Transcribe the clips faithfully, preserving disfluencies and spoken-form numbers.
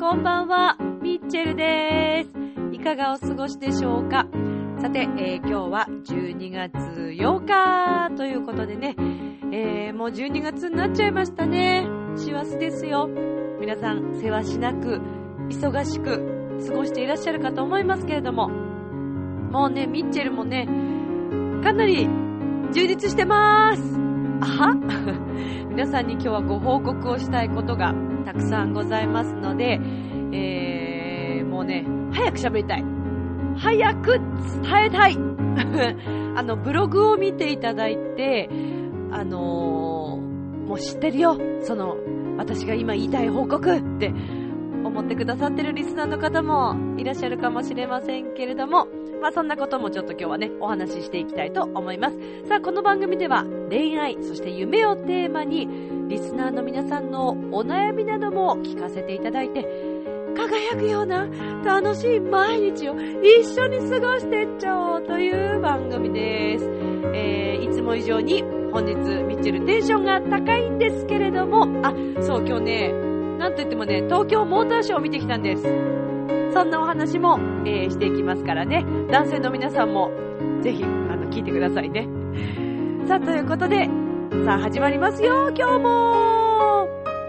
こんばんは、ミッチェルです。いかがお過ごしでしょうか。さて、えー、今日はじゅうにがつようかということでね、えー、もうじゅうにがつになっちゃいましたね。師走ですよ。皆さんせわしなく忙しく過ごしていらっしゃるかと思いますけれども、もうね、ミッチェルもね、かなり充実してます。あは皆さんに今日はご報告をしたいことがたくさんございますので、えー、もうね、早く喋りたい、早く伝えたいあのブログを見ていただいて、あのー、もう知ってるよ、その私が今言いたい報告って思ってくださってるリスナーの方もいらっしゃるかもしれませんけれども、まあそんなこともちょっと今日はね、お話ししていきたいと思います。さあ、この番組では恋愛、そして夢をテーマにリスナーの皆さんのお悩みなども聞かせていただいて、輝くような楽しい毎日を一緒に過ごしていっちゃおうという番組です。えー、いつも以上に本日ミッチェルテンションが高いんですけれども、あ、そう今日ね、なんと言ってもね、東京モーターショーを見てきたんです。そんなお話も、えー、していきますからね、男性の皆さんもぜひあの聞いてくださいね。さあ、ということで、さあ始まりますよ、今日も。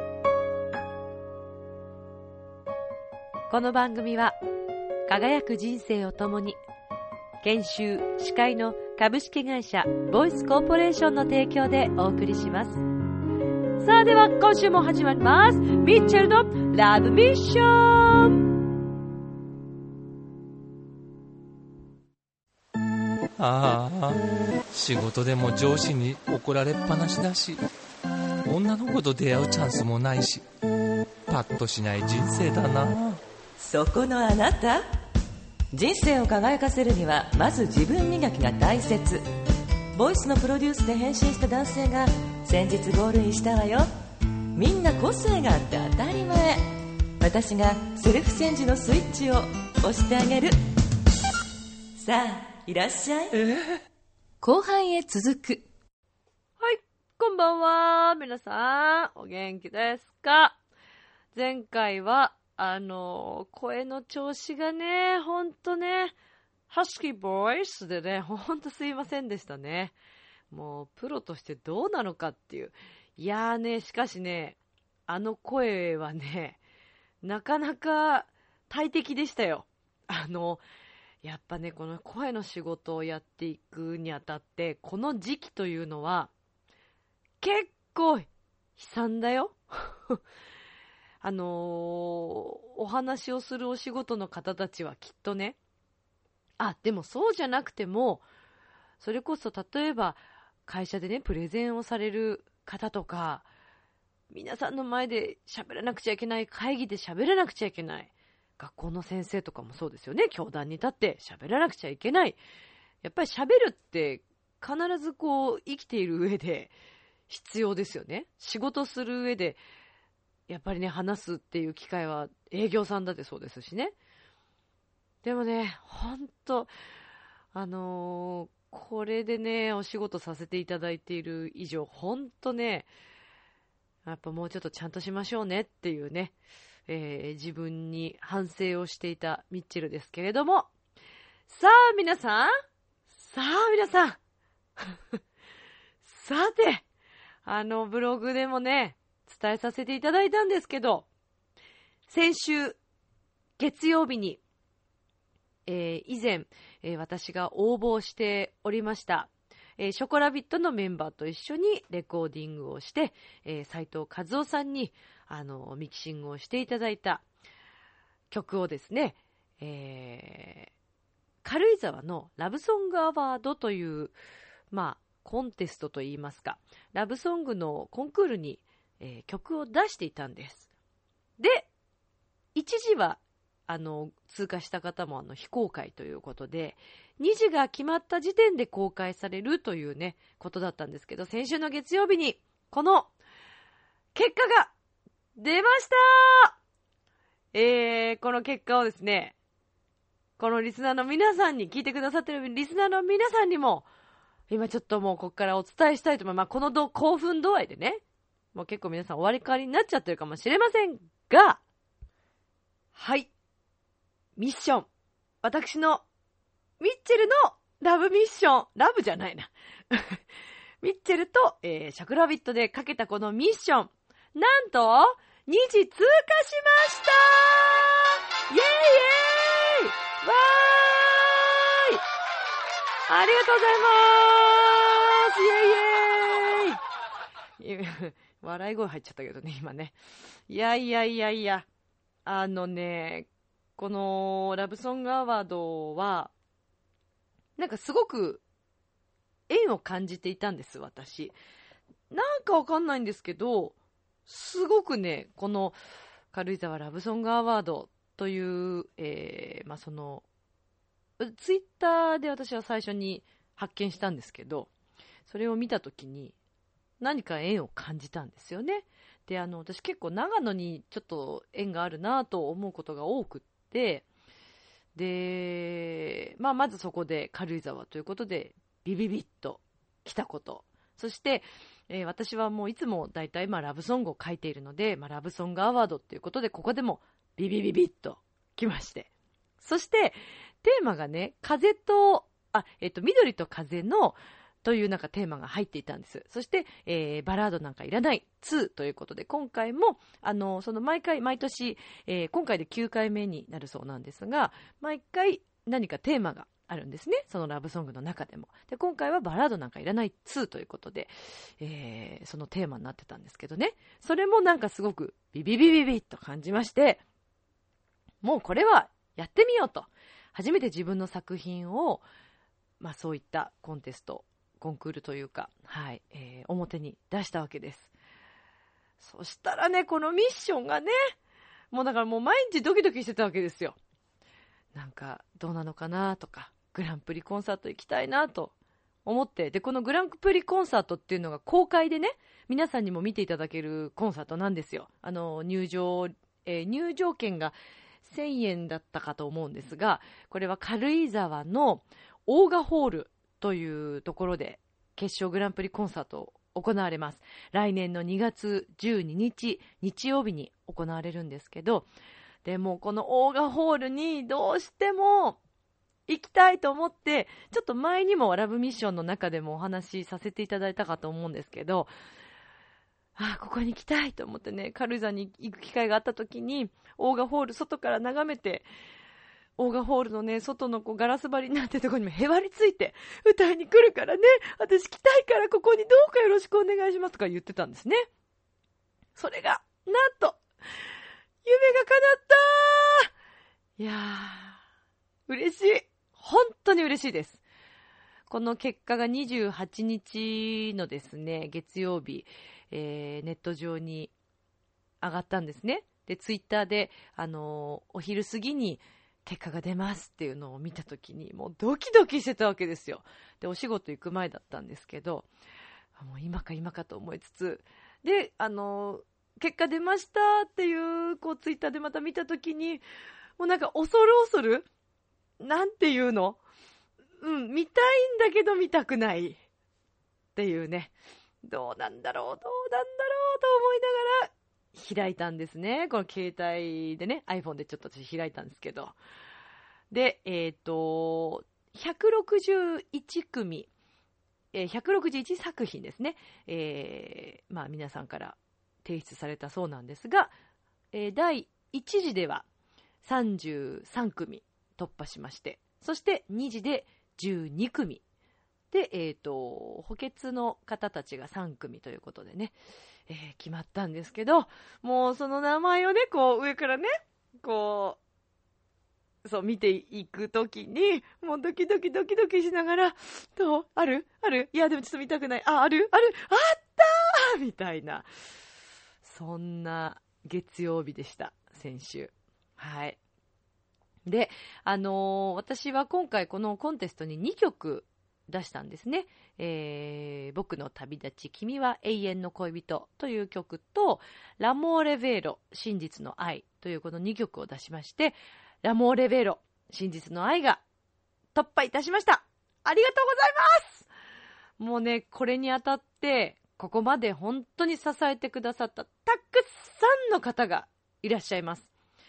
この番組は輝く人生を共に、研修司会の株式会社ボイスコーポレーションの提供でお送りします。さあ、では今週も始まります、ミッチェルのラブミッション。 ああ、仕事でも上司に怒られっぱなしだし、女の子と出会うチャンスもないし、パッとしない人生だな。 そこのあなた、人生を輝かせるにはまず自分磨きが大切。ボイスのプロデュースで変身した男性が先日ゴールインしたわよ。みんな個性があって当たり前。私がセルフチェンジのスイッチを押してあげる。さあいらっしゃい、えー、後半へ続く。 はい、こんばんは、皆さんお元気ですか。前回はあの声の調子がね、ほんとね、ハスキーボイスでね、ほんとすいませんでしたね。もうプロとしてどうなのかっていう。いやーね、しかしね、あの声はね、なかなか大敵でしたよ。あのやっぱね、この声の仕事をやっていくにあたって、この時期というのは結構悲惨だよあのー、お話をするお仕事の方たちはきっとね、あ、でもそうじゃなくても、それこそ例えば会社でね、プレゼンをされる方とか、皆さんの前で喋らなくちゃいけない、会議で喋らなくちゃいけない、学校の先生とかもそうですよね。教壇に立って喋らなくちゃいけない。やっぱり喋るって必ずこう生きている上で必要ですよね。仕事する上でやっぱりね、話すっていう機会は営業さんだってそうですしね。でもね、ほんとあのー、これでねお仕事させていただいている以上、ほんとね、やっぱもうちょっとちゃんとしましょうねっていうね、えー、自分に反省をしていたミッチェルですけれども、さあ皆さん、さあ皆さんさて、あのブログでもね伝えさせていただいたんですけど、先週月曜日に、えー、以前、えー、私が応募しておりました、えー、ショコラビットのメンバーと一緒にレコーディングをして、えー、斉藤和夫さんにあのミキシングをしていただいた曲をですね、えー、軽井沢のラブソングアワードという、まあ、コンテストといいますか、ラブソングのコンクールに、えー、曲を出していたんです。で、一時はあの通過した方もあの非公開ということで、にじが決まった時点で公開されるというねことだったんですけど、先週の月曜日にこの結果が出ました。えー、この結果をですね、このリスナーの皆さんに、聞いてくださっているリスナーの皆さんにも今ちょっともうここからお伝えしたいと思います。まあ、このど興奮度合いでね、もう結構皆さんお割り替わりになっちゃってるかもしれませんが、 はい。ミッション。私のミッチェルのラブミッション。ラブじゃないな。ミッチェルと、えー、シャクラビットでかけたこのミッション。なんと、にじ通過しましたイェーイイェーイわーいありがとうございますイェーイイェーイ笑い声入っちゃったけどね、今ね。いやいやいやいや。あのね、このラブソングアワードは、なんかすごく縁を感じていたんです、私。なんかわかんないんですけど、すごくね、この軽井沢ラブソングアワードという、えー、まあその、ツイッターで私は最初に発見したんですけど、それを見たときに何か縁を感じたんですよね。で、あの、私結構長野にちょっと縁があるなと思うことが多くって、で、まあまずそこで軽井沢ということでビビビッと来たこと。そして、えー、私はもういつもだいたいまあラブソングを書いているので、まあ、ラブソングアワードということでここでもビビビビッと来まして。そしてテーマがね、風と、あ、えっと、緑と風のというなんかテーマが入っていたんです。そして、えー、バラードなんかいらないにということで、今回も、あの、その毎回、毎年、えー、今回できゅうかいめになるそうなんですが、毎回何かテーマがあるんですね。そのラブソングの中でも。で、今回はバラードなんかいらないにということで、えー、そのテーマになってたんですけどね。それもなんかすごくビビビビビッと感じまして、もうこれはやってみようと。初めて自分の作品を、まあそういったコンテスト、コンクールというか、はい、えー、表に出したわけです。そしたらね、このミッションがね、もうだからもう毎日ドキドキしてたわけですよ。なんかどうなのかなとか、グランプリコンサート行きたいなと思って、で、このグランプリコンサートっていうのが公開でね、皆さんにも見ていただけるコンサートなんですよ。あの、入場、えー、入場券がせんえんだったかと思うんですが、これは軽井沢のオーガホールというところで決勝グランプリコンサートを行われます。来年のにがつじゅうににち日曜日に行われるんですけど、でもこのオーガホールにどうしても行きたいと思って、ちょっと前にもラブミッションの中でもお話しさせていただいたかと思うんですけど、ああここに行きたいと思ってね、軽井沢に行く機会があった時にオーガホール外から眺めて、オーガホールのね、外のこうガラス張りになってるところにもへばりついて、歌いに来るからね、私来たいからここにどうかよろしくお願いしますとか言ってたんですね。それが、なんと、夢が叶ったー。いやー、嬉しい。本当に嬉しいです。この結果がにじゅうはちにちのですね、月曜日、えー、ネット上に上がったんですね。で、ツイッターで、あのー、お昼過ぎに、結果が出ますっていうのを見たときにもうドキドキしてたわけですよ。で、お仕事行く前だったんですけど、もう今か今かと思いつつ、で、あの結果出ましたっていうこうツイッターでまた見たときに、もうなんか恐る恐る、なんていうの、うん見たいんだけど見たくないっていうね、どうなんだろうどうなんだろうと思いながら開いたんですね。この携帯でね、iPhone でちょっと私開いたんですけど。で、えっと、ひゃくろくじゅういちくみ、えー、ひゃくろくじゅういちさくひんですね。えー、まあ皆さんから提出されたそうなんですが、えー、だいいちじではさんじゅうさんくみ突破しまして、そしてにじでじゅうにくみ。で、えっと、補欠の方たちがさんくみということでね、えー、決まったんですけど、もうその名前をね、こう上からね、こう、そう見ていくときに、もうドキドキドキドキしながら、どうあるあるいやでもちょっと見たくない。あ、あるあるあったーみたいな、そんな月曜日でした、先週。はい。で、あのー、私は今回このコンテストににきょく出したんですね。えー、僕の旅立ち君は永遠の恋人という曲と、ラモーレベーロ真実の愛というこのにきょくを出しまして、ラモーレベーロ真実の愛が突破いたしました。ありがとうございます。もうね、これにあたってここまで本当に支えてくださったたくさんの方がいらっしゃいます。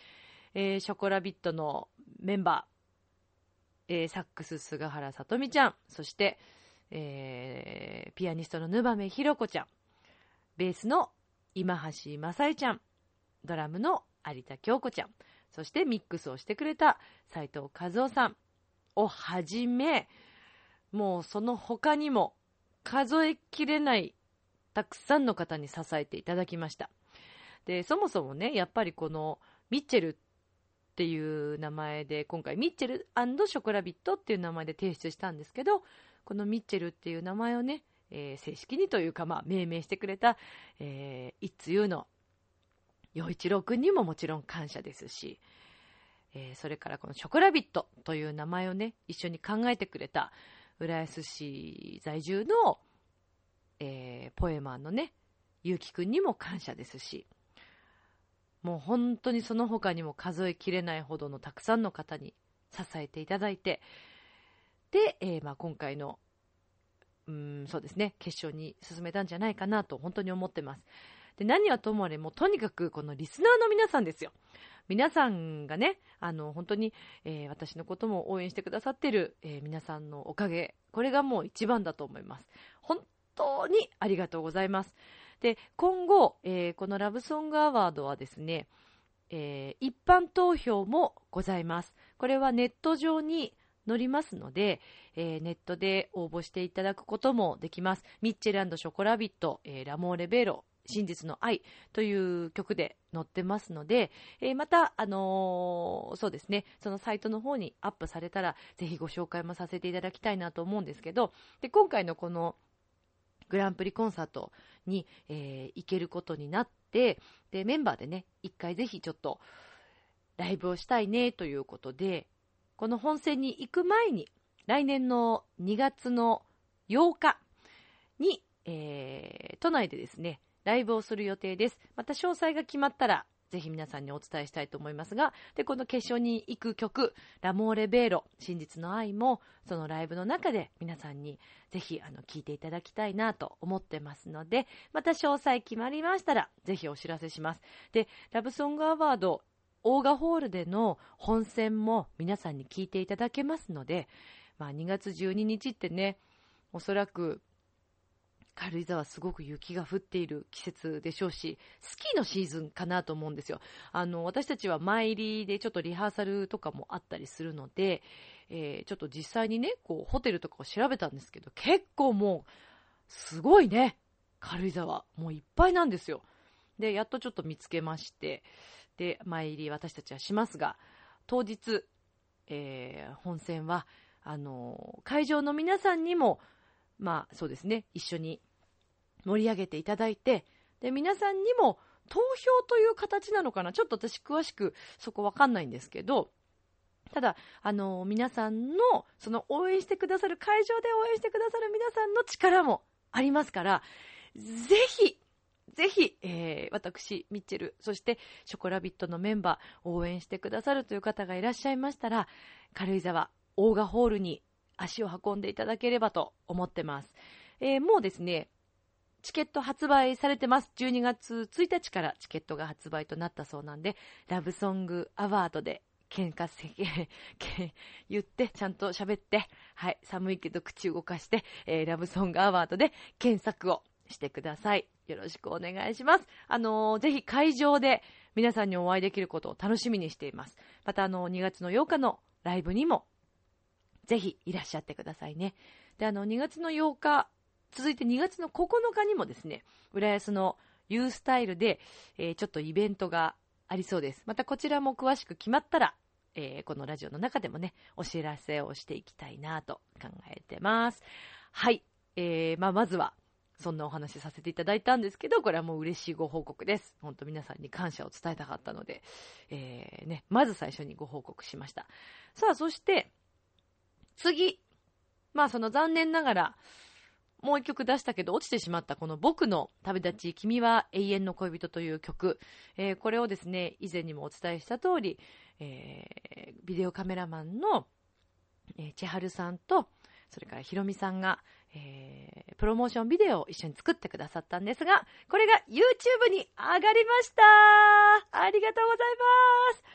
えー、ショコラビットのメンバー、えー、サックス菅原さとみちゃん、そして、えー、ピアニストのぬばめひろこちゃん、ベースの今橋正恵ちゃん、ドラムの有田京子ちゃん、そしてミックスをしてくれた斉藤和夫さんをはじめ、もうその他にも数えきれないたくさんの方に支えていただきました。で、そもそもね、やっぱりこのミッチェルっていう名前で、今回ミッチェル&ショコラビットっていう名前で提出したんですけど、このミッチェルっていう名前をね、えー、正式にというか、まあ、命名してくれた、えー、一通の陽一郎くんにももちろん感謝ですし、えー、それからこのショコラビットという名前をね、一緒に考えてくれた浦安市在住の、えー、ポエマーのね、ゆうきくんにも感謝ですし、もう本当にその他にも数えきれないほどのたくさんの方に支えていただいて、で、えーまあ、今回のうーんそうですね、決勝に進めたんじゃないかなと本当に思ってます。で、何はともあれもとにかくこのリスナーの皆さんですよ。皆さんがね、あの本当に、えー、私のことも応援してくださってる、えー、皆さんのおかげ、これがもう一番だと思います。本当にありがとうございます。で、今後、えー、このラブソングアワードはですね、えー、一般投票もございます。これはネット上に載りますので、えー、ネットで応募していただくこともできます。ミッチェル&ショコラビット、えー、ラモーレベーロ、真実の愛という曲で載ってますので、えー、また、あのー、そうですね、そのサイトの方にアップされたら、ぜひご紹介もさせていただきたいなと思うんですけど、で、今回のこのグランプリコンサートに、えー、行けることになって、で、メンバーでね、一回ぜひちょっとライブをしたいねということで、この本戦に行く前に、来年のにがつのようかに、えー、都内でですね、ライブをする予定です。また詳細が決まったら、ぜひ皆さんにお伝えしたいと思いますが、で、この決勝に行く曲、ラモーレベーロ、真実の愛も、そのライブの中で皆さんにぜひあの聞いていただきたいなと思ってますので、また詳細決まりましたら、ぜひお知らせします。で、ラブソングアワード、オーガホールでの本戦も皆さんに聞いていただけますので、まあにがつじゅうににちってね、おそらく軽井沢すごく雪が降っている季節でしょうし、スキーのシーズンかなと思うんですよ。あの私たちは前入りでちょっとリハーサルとかもあったりするので、えー、ちょっと実際にね、こうホテルとかを調べたんですけど、結構もうすごいね、軽井沢もういっぱいなんですよ。で、やっとちょっと見つけまして、で前入り私たちはしますが、当日、えー、本戦はあの会場の皆さんにもまあそうですね、一緒に盛り上げていただいて、で皆さんにも投票という形なのかな、ちょっと私詳しくそこわかんないんですけど、ただあの皆さんのその応援してくださる、会場で応援してくださる皆さんの力もありますから、ぜひぜひ、えー、私ミッチェル、そしてショコラビットのメンバー応援してくださるという方がいらっしゃいましたら、軽井沢オーガホールに足を運んでいただければと思ってます。えー、もうですね、チケット発売されてます。じゅうにがつついたちからチケットが発売となったそうなんで、ラブソングアワードで喧嘩せ言ってちゃんと喋って、はい、寒いけど口動かして、えー、ラブソングアワードで検索をしてください。よろしくお願いします。あのー、ぜひ会場で皆さんにお会いできることを楽しみにしています。またあのー、にがつのようかのライブにもぜひいらっしゃってくださいね。で、あのにがつのようか、続いてにがつのここのかにもですね、浦安のユースタイルで、えー、ちょっとイベントがありそうです。またこちらも詳しく決まったら、えー、このラジオの中でもね、お知らせをしていきたいなと考えてます。はい、えー、まあまずはそんなお話させていただいたんですけど、これはもう嬉しいご報告です。本当皆さんに感謝を伝えたかったので、えーね、まず最初にご報告しました。さあ、そして次、まあその残念ながらもう一曲出したけど落ちてしまったこの僕の旅立ち君は永遠の恋人という曲、えー、これをですね、以前にもお伝えした通り、えー、ビデオカメラマンの、えー、千春さんとそれからひろみさんが、えー、プロモーションビデオを一緒に作ってくださったんですが、これが YouTube に上がりました。ありがとうございます。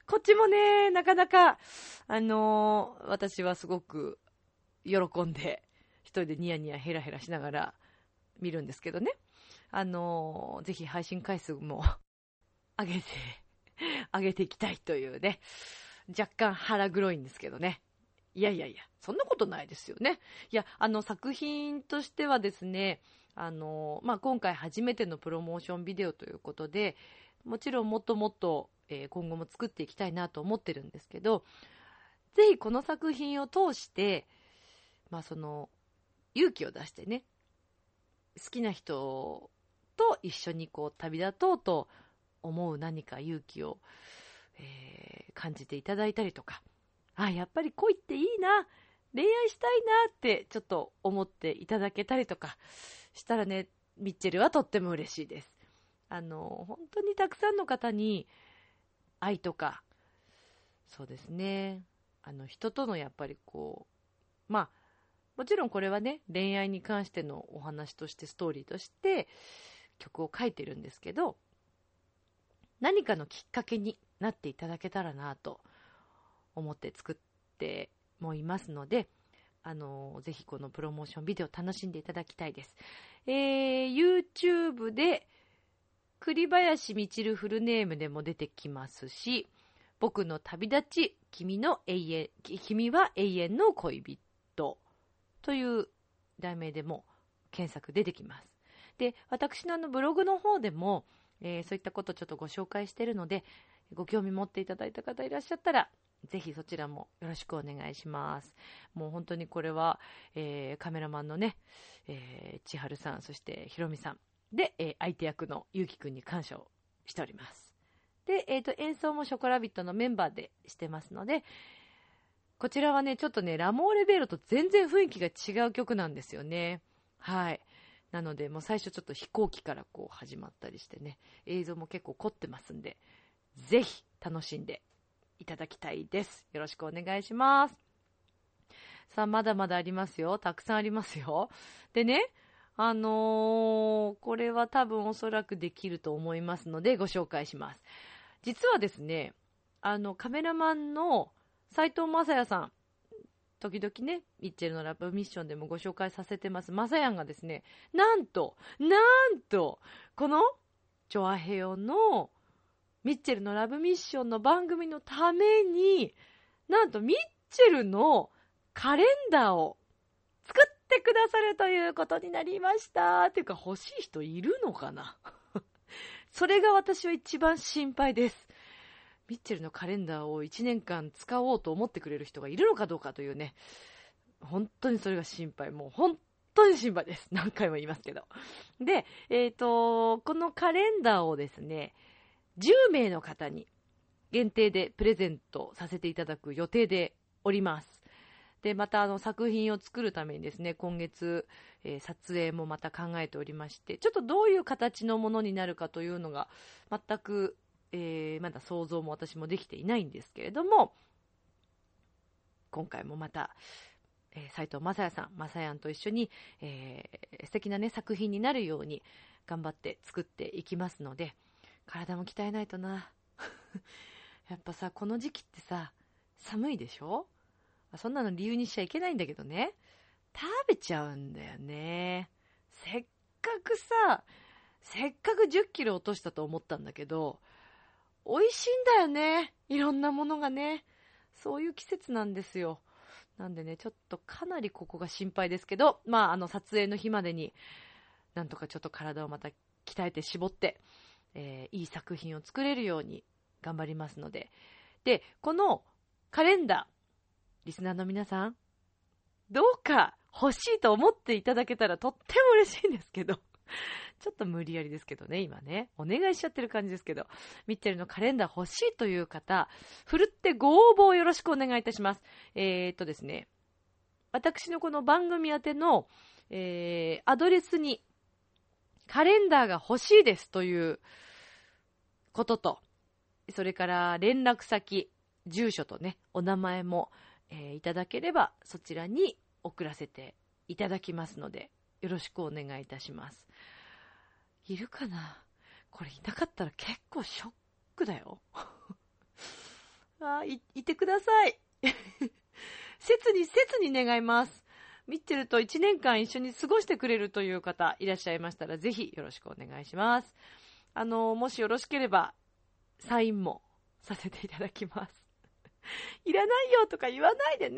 こっちもね、なかなか、あのー、私はすごく喜んで、一人でニヤニヤヘラヘラしながら見るんですけどね。あのー、ぜひ配信回数も上げて、上げていきたいというね、若干腹黒いんですけどね。いやいやいや、そんなことないですよね。いや、あの作品としてはですね、あの、まあ、今回初めてのプロモーションビデオということで、もちろんもっともっと、えー、今後も作っていきたいなと思ってるんですけど、ぜひこの作品を通して、まあ、その、勇気を出してね、好きな人と一緒にこう旅立とうと思う何か勇気を、えー、感じていただいたりとか、あ、やっぱり恋っていいな、恋愛したいなってちょっと思っていただけたりとかしたらね、ミッチェルはとっても嬉しいです。あの、本当にたくさんの方に愛とか、そうですね、あの人とのやっぱりこう、まあ、もちろんこれはね、恋愛に関してのお話としてストーリーとして曲を書いてるんですけど、何かのきっかけになっていただけたらなと思って作ってもいますので、あのぜひこのプロモーションビデオ楽しんでいただきたいです。えー、YouTube で栗林みちるフルネームでも出てきますし、僕の旅立ち、君の永遠、君は永遠の恋人という題名でも検索出てきます。で、私のあのブログの方でも、えー、そういったことをちょっとご紹介しているので、ご興味持っていただいた方いらっしゃったら、ぜひそちらもよろしくお願いします。もう本当にこれは、えー、カメラマンのね、えー、千春さん、そしてひろみさんで、えー、相手役のゆうきくんに感謝をしております。で、えーと、演奏もショコラビットのメンバーでしてますので、こちらはね、ちょっとね、ラモーレベーロと全然雰囲気が違う曲なんですよね。はい。なので、もう最初ちょっと飛行機からこう始まったりしてね、映像も結構凝ってますんで、ぜひ楽しんでいただきたいです。よろしくお願いします。さあ、まだまだありますよ。たくさんありますよ。でね、あのー、これは多分おそらくできると思いますのでご紹介します。実はですね、あのカメラマンの斉藤雅也さん、時々ね、ミッチェルのラブミッションでもご紹介させてます雅也がですね、なんと、なんと、このチョアヘヨのミッチェルのラブミッションの番組のために、なんとミッチェルのカレンダーを作ってくださるということになりました。っていうか欲しい人いるのかなそれが私は一番心配です。ミッチェルのカレンダーをいちねんかん使おうと思ってくれる人がいるのかどうかというね、本当にそれが心配。もう本当に心配です。何回も言いますけど。で、えっと、このカレンダーをですね、じゅうめいの方に限定でプレゼントさせていただく予定でおります。で、またあの作品を作るためにですね、今月、えー、撮影もまた考えておりまして、ちょっとどういう形のものになるかというのが全く、えー、まだ想像も私もできていないんですけれども、今回もまた、えー、斉藤雅也さん、雅也と一緒に、えー、素敵なね作品になるように頑張って作っていきますので、体も鍛えないとなやっぱさ、この時期ってさ、寒いでしょ。そんなの理由にしちゃいけないんだけどね、食べちゃうんだよね。せっかくさ、せっかくじゅっキロ落としたと思ったんだけど、美味しいんだよね、いろんなものがね。そういう季節なんですよ。なんでね、ちょっとかなりここが心配ですけど、まあ、あの撮影の日までになんとかちょっと体をまた鍛えて絞って、えー、いい作品を作れるように頑張りますので。で、このカレンダー、リスナーの皆さん、どうか欲しいと思っていただけたらとっても嬉しいんですけど、ちょっと無理やりですけどね、今ね、お願いしちゃってる感じですけど、ミッチェルのカレンダー欲しいという方、ふるってご応募をよろしくお願いいたします。えーっとですね、私のこの番組宛ての、えー、アドレスにカレンダーが欲しいですということと、それから連絡先、住所とね、お名前も、えー、いただければそちらに送らせていただきますので、よろしくお願いいたします。いるかな、これいなかったら結構ショックだよあい、いてください。切に切に願います。ミッチェルといちねんかん一緒に過ごしてくれるという方いらっしゃいましたら、ぜひよろしくお願いします。あの、もしよろしければ、サインもさせていただきます。いらないよとか言わないでね。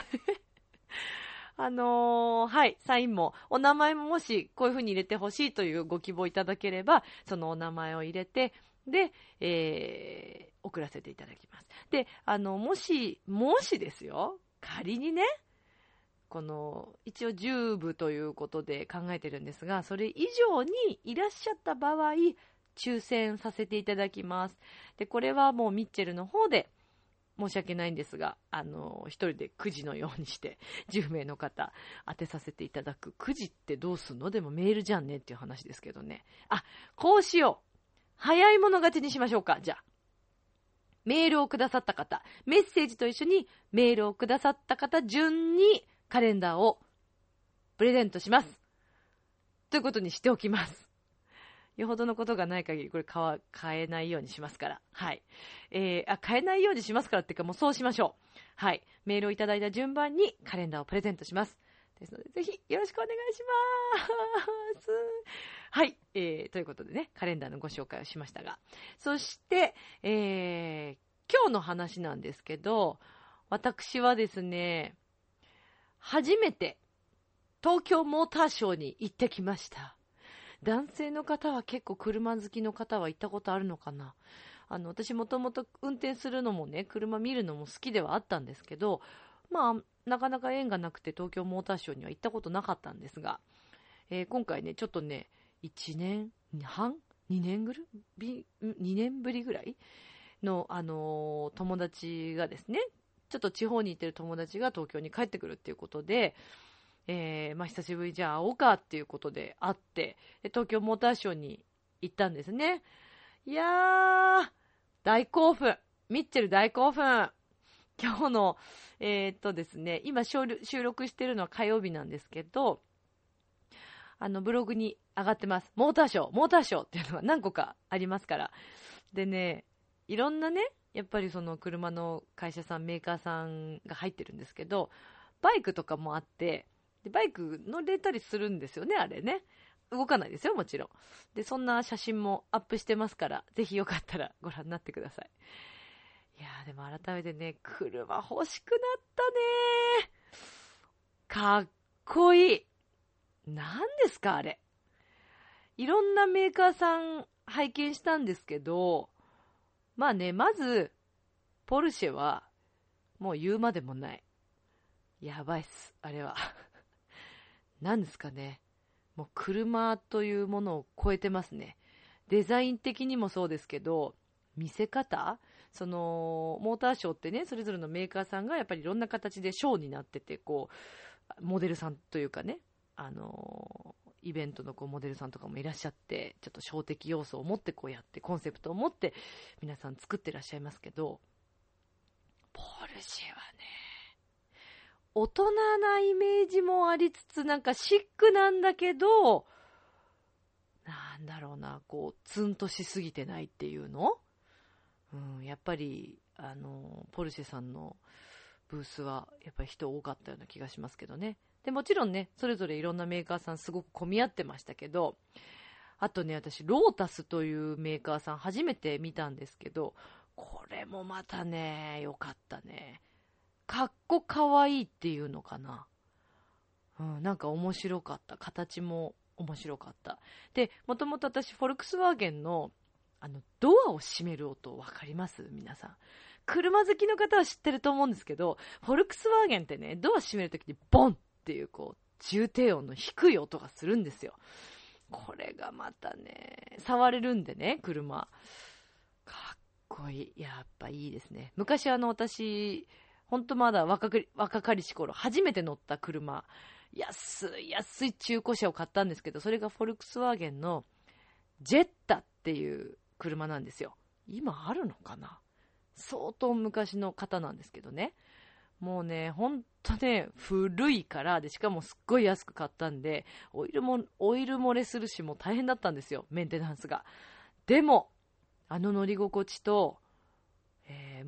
あのー、はい、サインも、お名前ももしこういう風に入れてほしいというご希望いただければ、そのお名前を入れて、で、えー、送らせていただきます。で、あの、もし、もしですよ、仮にね、この、一応じゅうぶということで考えてるんですが、それ以上にいらっしゃった場合、抽選させていただきます。で、これはもうミッチェルの方で、申し訳ないんですが、あの、一人でくじのようにして、じゅうめいの方、当てさせていただく。くじってどうすんの？でもメールじゃんねっていう話ですけどね。あ、こうしよう。早い者勝ちにしましょうか。じゃあ。メールをくださった方、メッセージと一緒にメールをくださった方順にカレンダーをプレゼントします。ということにしておきます。よほどのことがない限りこれ買わ買えないようにしますから。はい。えー、あ、買えないようにしますからっていうかもうそうしましょう。はい。メールをいただいた順番にカレンダーをプレゼントします。ですので、ぜひよろしくお願いします。はい。えー、ということでね、カレンダーのご紹介をしましたが。そして、えー、今日の話なんですけど、私はですね、初めて東京モーターショーに行ってきました。男性の方は結構車好きの方は行ったことあるのかな。あの、私もともと運転するのもね、車見るのも好きではあったんですけど、まあ、なかなか縁がなくて東京モーターショーには行ったことなかったんですが、えー、今回ね、ちょっとね、いちねんはん ?に 年ぐらい ?に 年ぶりぐらいの、あのー、友達がですね、ちょっと地方に行ってる友達が東京に帰ってくるっていうことで、えー、まあ久しぶりじゃあ会おうかっていうことで会って、で東京モーターショーに行ったんですね。いやー、大興奮。ミッチェル大興奮。今日の、えー、っとですね、今収録してるのは火曜日なんですけど、あのブログに上がってます。モーターショー、モーターショーっていうのが何個かありますから。でね、いろんなね、やっぱりその車の会社さん、メーカーさんが入ってるんですけど、バイクとかもあって、でバイク乗れたりするんですよね、あれね。動かないですよ、もちろん。で、そんな写真もアップしてますから、ぜひよかったらご覧になってください。いやー、でも改めてね、車欲しくなったねー。かっこいい。何ですか、あれ。いろんなメーカーさん拝見したんですけど、まあね、まず、ポルシェは、もう言うまでもない。やばいっす、あれは。何ですかね。もう車というものを超えてますね。デザイン的にもそうですけど、見せ方、そのモーターショーってね、それぞれのメーカーさんがやっぱりいろんな形でショーになってて、こうモデルさんというかね、あのイベントのこうモデルさんとかもいらっしゃって、ちょっとショー的要素を持ってこうやってコンセプトを持って皆さん作ってらっしゃいますけど、ポルシェはね、大人なイメージもありつつ、なんかシックなんだけど、なんだろうな、こうツンとしすぎてないっていうの、うん、やっぱりあのポルシェさんのブースはやっぱり人多かったような気がしますけどね。でもちろんね、それぞれいろんなメーカーさんすごく混み合ってましたけど、あとね、私ロータスというメーカーさん初めて見たんですけど、これもまたね、良かったね。かっこかわいいっていうのかな、うん、なんか面白かった。形も面白かった。で、もともと私フォルクスワーゲンのあのドアを閉める音分かります？皆さん車好きの方は知ってると思うんですけど、フォルクスワーゲンってね、ドア閉めるときにボンっていうこう重低音の低い音がするんですよ。これがまたね、触れるんでね、車かっこいい。やっぱいいですね。昔あの私ほんとまだ若く若かりし頃初めて乗った車、安い安い中古車を買ったんですけど、それがフォルクスワーゲンのジェッタっていう車なんですよ。今あるのかな、相当昔の方なんですけどね、もうね、ほんとね、古いから、でしかもすっごい安く買ったんで、オイルもオイル漏れするし、もう大変だったんですよ、メンテナンスが。でもあの乗り心地と、えー、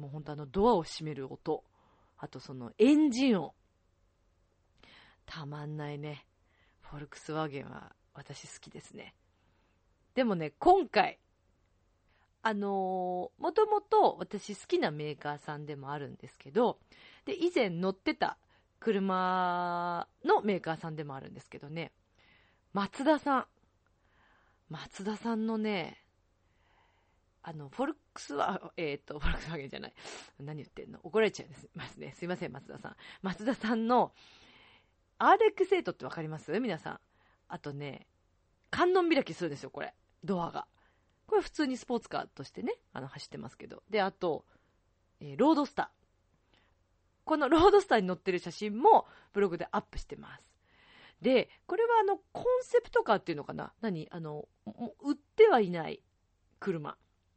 もう本当あのドアを閉める音、あとそのエンジン音、たまんないね。フォルクスワーゲンは私好きですね。でもね、今回あのー、もともと私好きなメーカーさんでもあるんですけど、で以前乗ってた車のメーカーさんでもあるんですけどね、マツダさんマツダさんのね、あのフォルクスワえっ、ー、とフォルクスワーゲンじゃない、何言ってんの、怒られちゃいますね、すいません。マツダさんマツダさんの アールエックスエイト ってわかります皆さん。あとね、観音開きするんですよ、これドアが。これ普通にスポーツカーとしてね、あの走ってますけど。で、あと、えー、ロードスター。このロードスターに乗ってる写真もブログでアップしてます。で、これはあの、コンセプトカーっていうのかな、何あの、売ってはいない車。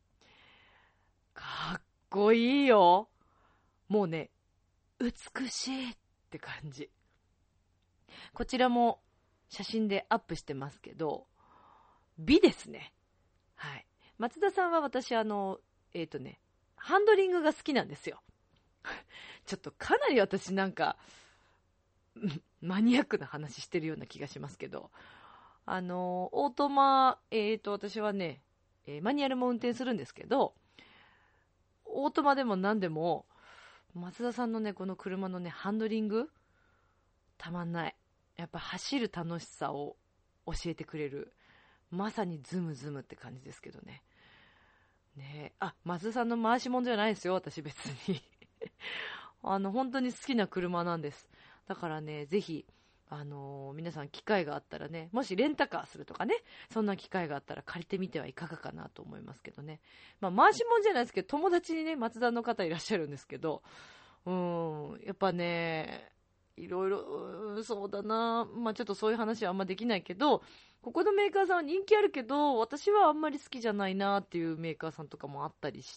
かっこいいよ。もうね、美しいって感じ。こちらも写真でアップしてますけど、美ですね。はい。松田さんは私、あの、えっとね、ハンドリングが好きなんですよ。ちょっとかなり私なんか、マニアックな話してるような気がしますけど、あの、オートマ、えっと、私はね、えー、マニュアルも運転するんですけど、オートマでも何でも、松田さんのね、この車のね、ハンドリング、たまんない。やっぱ走る楽しさを教えてくれる。まさにズムズムって感じですけどね。ねえ、あ、松田さんの回し物じゃないですよ、私別に。あの、本当に好きな車なんです。だからね、ぜひ、あのー、皆さん機会があったらね、もしレンタカーするとかね、そんな機会があったら借りてみてはいかがかなと思いますけどね。まあ、回し物じゃないですけど、友達にね、松田の方いらっしゃるんですけど、うーん、やっぱね、いろいろ、そうだな、まあちょっとそういう話はあんまできないけど、ここのメーカーさんは人気あるけど、私はあんまり好きじゃないなっていうメーカーさんとかもあったりして、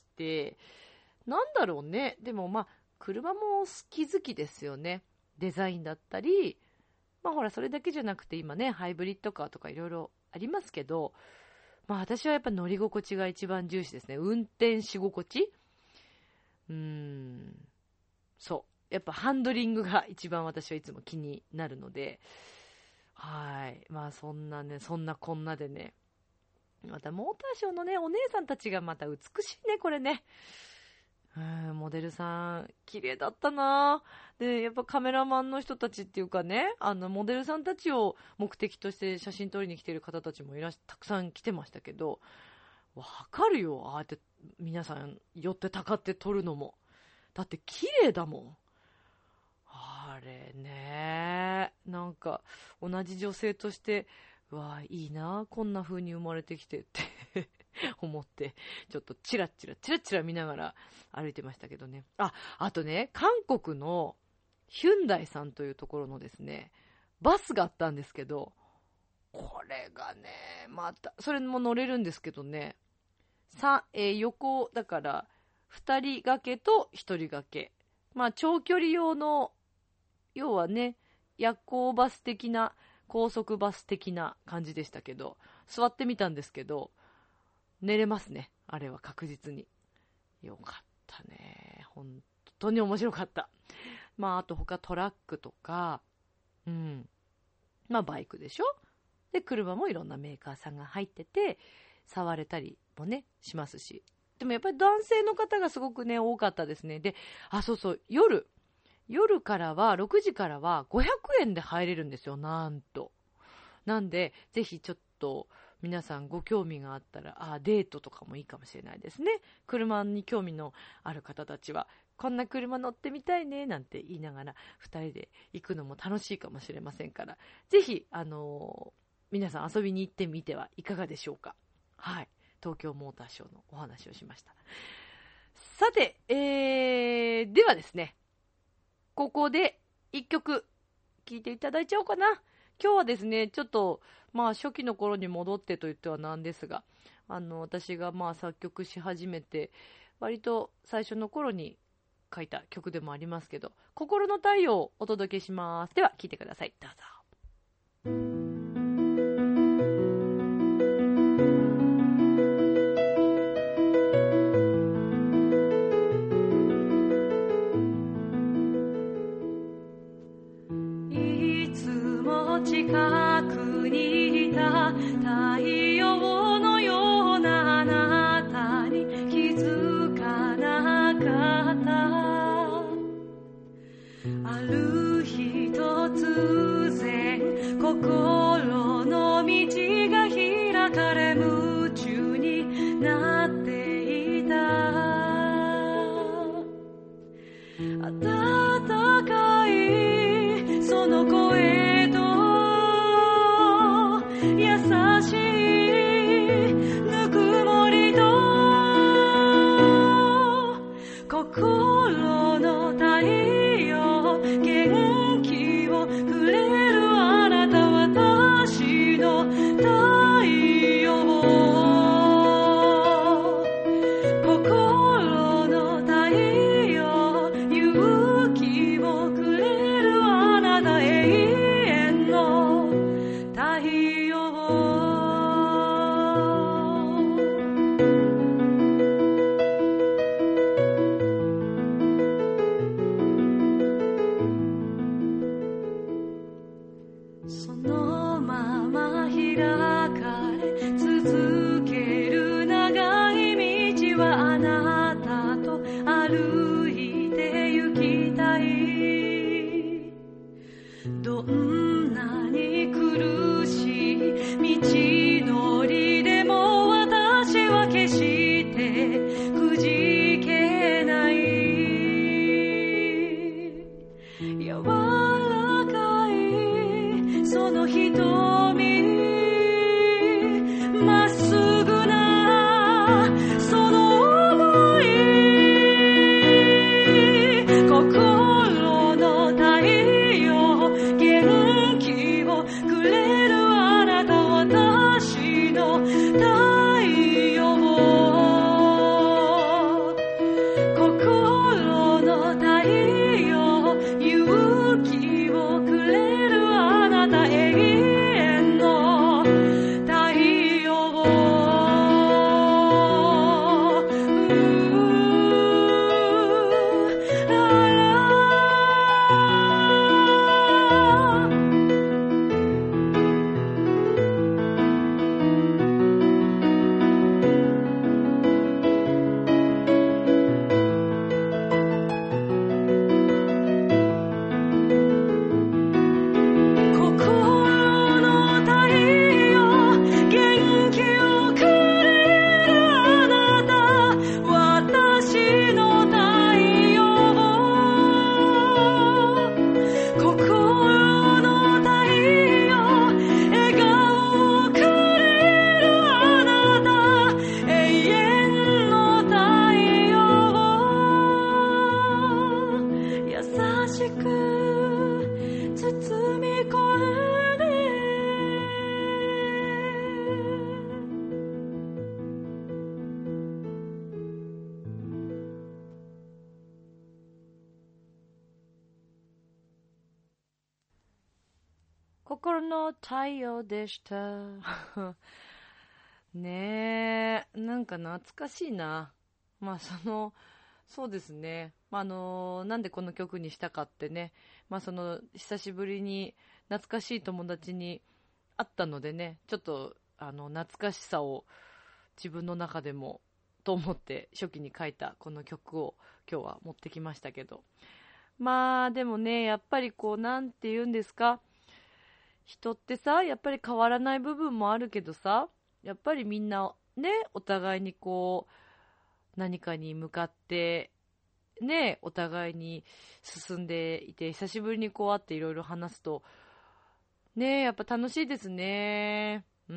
なんだろうね。でもまあ、車も好き好きですよね。デザインだったり、まあほら、それだけじゃなくて今ね、ハイブリッドカーとかいろいろありますけど、まあ私はやっぱ乗り心地が一番重視ですね。運転し心地うーん、そう。やっぱハンドリングが一番私はいつも気になるので、はい。まあそんなね、そんなこんなでね、またモーターショーのね、お姉さんたちがまた美しいね、これね。うん、モデルさん、綺麗だったな。で、やっぱカメラマンの人たちっていうかね、あの、モデルさんたちを目的として写真撮りに来てる方たちもいらしたくさん来てましたけど、わかるよ、ああやって皆さん寄ってたかって撮るのも。だって綺麗だもん。あれね、なんか同じ女性として、うわいいな、こんな風に生まれてきてって思って、ちょっとチラチラチラチラ見ながら歩いてましたけどね。あ、あとね、韓国のヒュンダイさんというところのですね、バスがあったんですけど、これがね、また、それも乗れるんですけどね、さ、えー、横だからふたり掛けとひとり掛け。まあ長距離用の、要はね、夜行バス的な、高速バス的な感じでしたけど、座ってみたんですけど、寝れますね。あれは確実に。よかったね。本当に面白かった。まああと他トラックとか、うん。まあバイクでしょ？で、車もいろんなメーカーさんが入ってて、触れたりもね、しますし。でもやっぱり男性の方がすごくね、多かったですね。で、あ、そうそう、夜。夜からは、ろくじからはごひゃくえんで入れるんですよ、なんと。なんで、ぜひちょっと皆さんご興味があったら、あ、デートとかもいいかもしれないですね。車に興味のある方たちは、こんな車乗ってみたいね、なんて言いながら、二人で行くのも楽しいかもしれませんから、ぜひ、あのー、皆さん遊びに行ってみてはいかがでしょうか。はい。東京モーターショーのお話をしました。さて、えー、ではですね、ここで一曲聴いていただいちゃおうかな。今日はですね、ちょっと、まあ初期の頃に戻ってと言ってはなんですが、あの、私がまあ作曲し始めて、割と最初の頃に書いた曲でもありますけど、心の太陽をお届けします。では聴いてください。どうぞ。 の近くにいた太陽のようなあなたに気づかなかった。ある日突然心の道が開かれ夢中になっていた。暖かいその声と優しいぬくもりと心の太陽、元気をくれるあなた、私の太陽。心の太陽、勇気をくれるあなた、永遠の太陽。そのまま開かれ続ける長い道はあなたと歩いて行きたい。どんなに苦しい道のりでも私は決してくじけない。柔らかいその瞳、まっすぐなその想い、心の太陽、元気をくれるあなた、私の太陽。心の太陽、勇気をくれるあなた、永遠の太陽。心の太陽、元気をくれるあなた、私の太陽。心の太陽、笑顔をくれるあなた、永遠の太陽。優しく包み込んで、心の太陽でした。ねえ、なんか懐かしいな。まあその、そうですね。まあ、あのなんでこの曲にしたかってね、まあその久しぶりに懐かしい友達に会ったのでね、ちょっとあの懐かしさを自分の中でもと思って初期に書いたこの曲を今日は持ってきましたけど、まあでもね、やっぱりこうなんて言うんですか、人ってさ、やっぱり変わらない部分もあるけどさ、やっぱりみんなね、お互いにこう何かに向かってね、お互いに進んでいて、久しぶりにこう会っていろいろ話すとね、やっぱ楽しいですね。うん。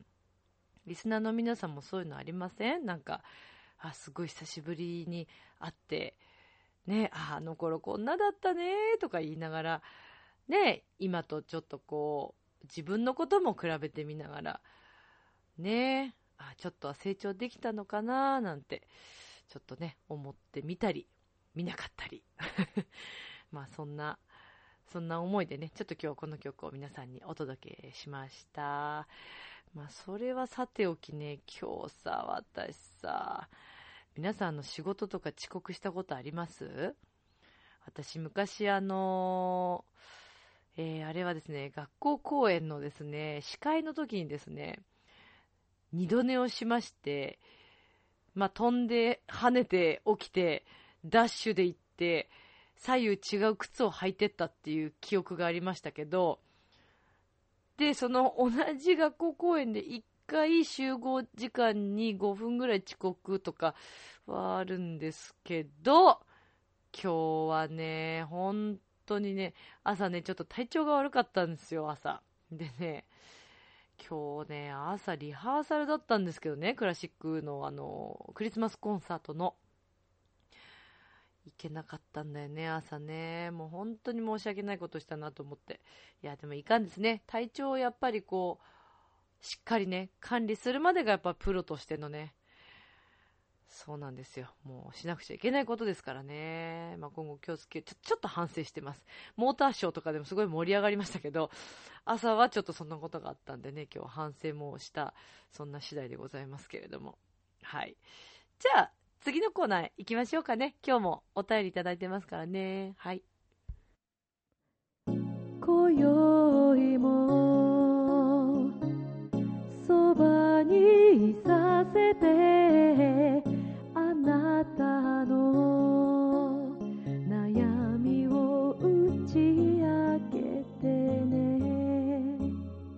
リスナーの皆さんもそういうのありません？なんか、あ、すごい久しぶりに会ってね、あ、あの頃こんなだったねとか言いながらね、今とちょっとこう自分のことも比べてみながらね、あ、ちょっとは成長できたのかななんてちょっとね思ってみたり見なかったりまあそんなそんな思いでね、ちょっと今日この曲を皆さんにお届けしました。まあそれはさておきね、今日さ、私さ、皆さんの仕事とか遅刻したことあります？私昔あのえー、あれはですね、学校公演のですね、司会の時にですね、二度寝をしまして、まあ、飛んで、跳ねて、起きて、ダッシュで行って、左右違う靴を履いてったっていう記憶がありましたけど、で、その同じ学校公演で一回集合時間にごふんぐらい遅刻とかはあるんですけど、今日はね、本当にね、朝ね、ちょっと体調が悪かったんですよ、朝。でね、今日ね、朝リハーサルだったんですけどね、クラシックのあの、クリスマスコンサートの。行けなかったんだよね、朝ね。もう本当に申し訳ないことしたなと思って。いや、でもいかんですね。体調をやっぱりこう、しっかりね、管理するまでがやっぱプロとしてのね、そうなんですよ。もうしなくちゃいけないことですからね。まあ、今後気をつけ、ちょ、ちょっと反省してます。モーターショーとかでもすごい盛り上がりましたけど、朝はちょっとそんなことがあったんでね、今日反省もした、そんな次第でございますけれども。はい。じゃあ、次のコーナー行きましょうかね。今日もお便りいただいてますからね。はい。今宵もそばにいさせて、あなたの悩みを打ち明けてね。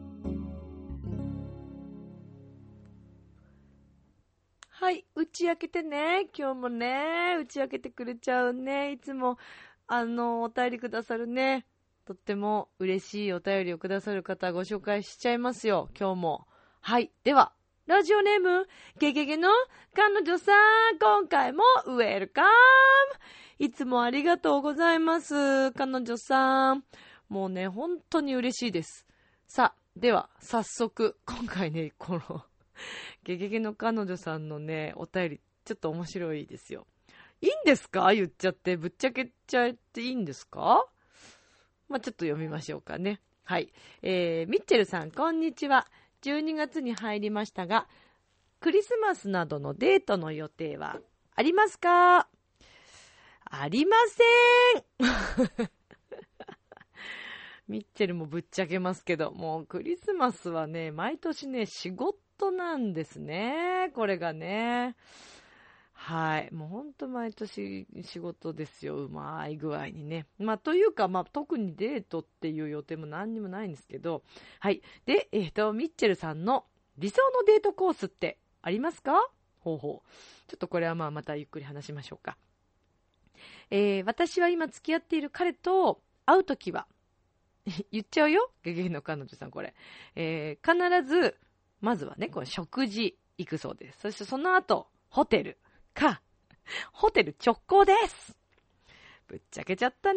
はい、打ち明けてね。今日もね、打ち明けてくれちゃうね。いつも、あの、お便りくださるね。とっても嬉しいお便りをくださる方ご紹介しちゃいますよ。今日も。はい。では、ラジオネーム、ゲゲゲの彼女さん、今回もウェルカム。いつもありがとうございます。彼女さん。もうね、本当に嬉しいです。さあ、では、早速、今回ね、この、ゲゲゲの彼女さんのね、お便り、ちょっと面白いですよ。いいんですか？言っちゃって、ぶっちゃけちゃっていいんですか？まあ、ちょっと読みましょうかね。はい。えー、ミッチェルさん、こんにちは。じゅうにがつに入りましたが、クリスマスなどのデートの予定はありますか？ありませんミッチェルもぶっちゃけますけど、もうクリスマスはね、毎年ね、仕事なんですね。これがね。はい。もうほんと毎年仕事ですよ。うまい具合にね。まあ、というか、まあ、特にデートっていう予定も何にもないんですけど、はい。で、えっと、ミッチェルさんの理想のデートコースってありますか？ほうほう。ちょっとこれはまあ、またゆっくり話しましょうか。えー、私は今付き合っている彼と会うときは、言っちゃうよ、ゲゲゲの彼女さん、これ。えー、必ず、まずはね、この食事行くそうです。そしてその後、ホテルか、ホテル直行です。ぶっちゃけちゃったね。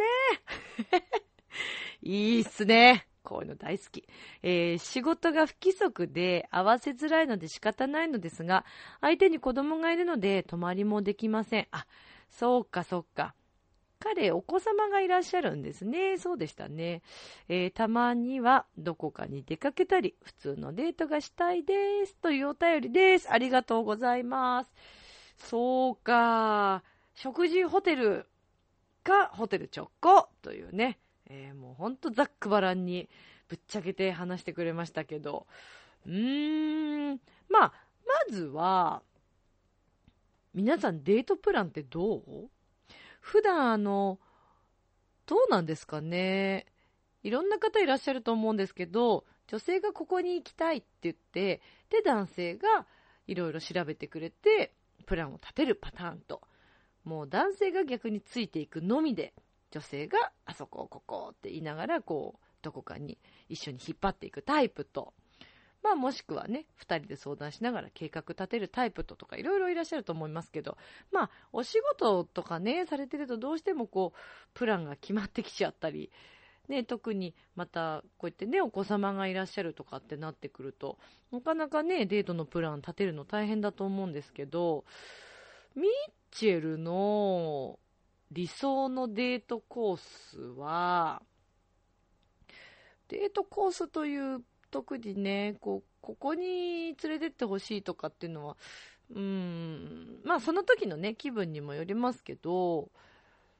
いいっすね。こういうの大好き。えー、仕事が不規則で合わせづらいので仕方ないのですが、相手に子供がいるので泊まりもできません。あ、そうかそうか。彼、お子様がいらっしゃるんですね。そうでしたね。えー、たまにはどこかに出かけたり、普通のデートがしたいです。というお便りです。ありがとうございます。そうか。食事ホテルかホテル直行というね。えー、もうほんとざっくばらんにぶっちゃけて話してくれましたけど。うーん。まあ、まずは、皆さんデートプランってどう？普段あの、どうなんですかね。いろんな方いらっしゃると思うんですけど、女性がここに行きたいって言って、で、男性がいろいろ調べてくれて、プランを立てるパターンと、もう男性が逆についていくのみで、女性があそこ、ここって言いながら、こう、どこかに一緒に引っ張っていくタイプと、まあもしくはね、二人で相談しながら計画立てるタイプととかいろいろいらっしゃると思いますけど、まあお仕事とかね、されてるとどうしてもこう、プランが決まってきちゃったり、ね、特にまたこうやってね、お子様がいらっしゃるとかってなってくると、なかなかね、デートのプラン立てるの大変だと思うんですけど、ミッチェルの理想のデートコースは、デートコースという特にね、こう、ここに連れてってほしいとかっていうのは、うーん、まあその時のね、気分にもよりますけど、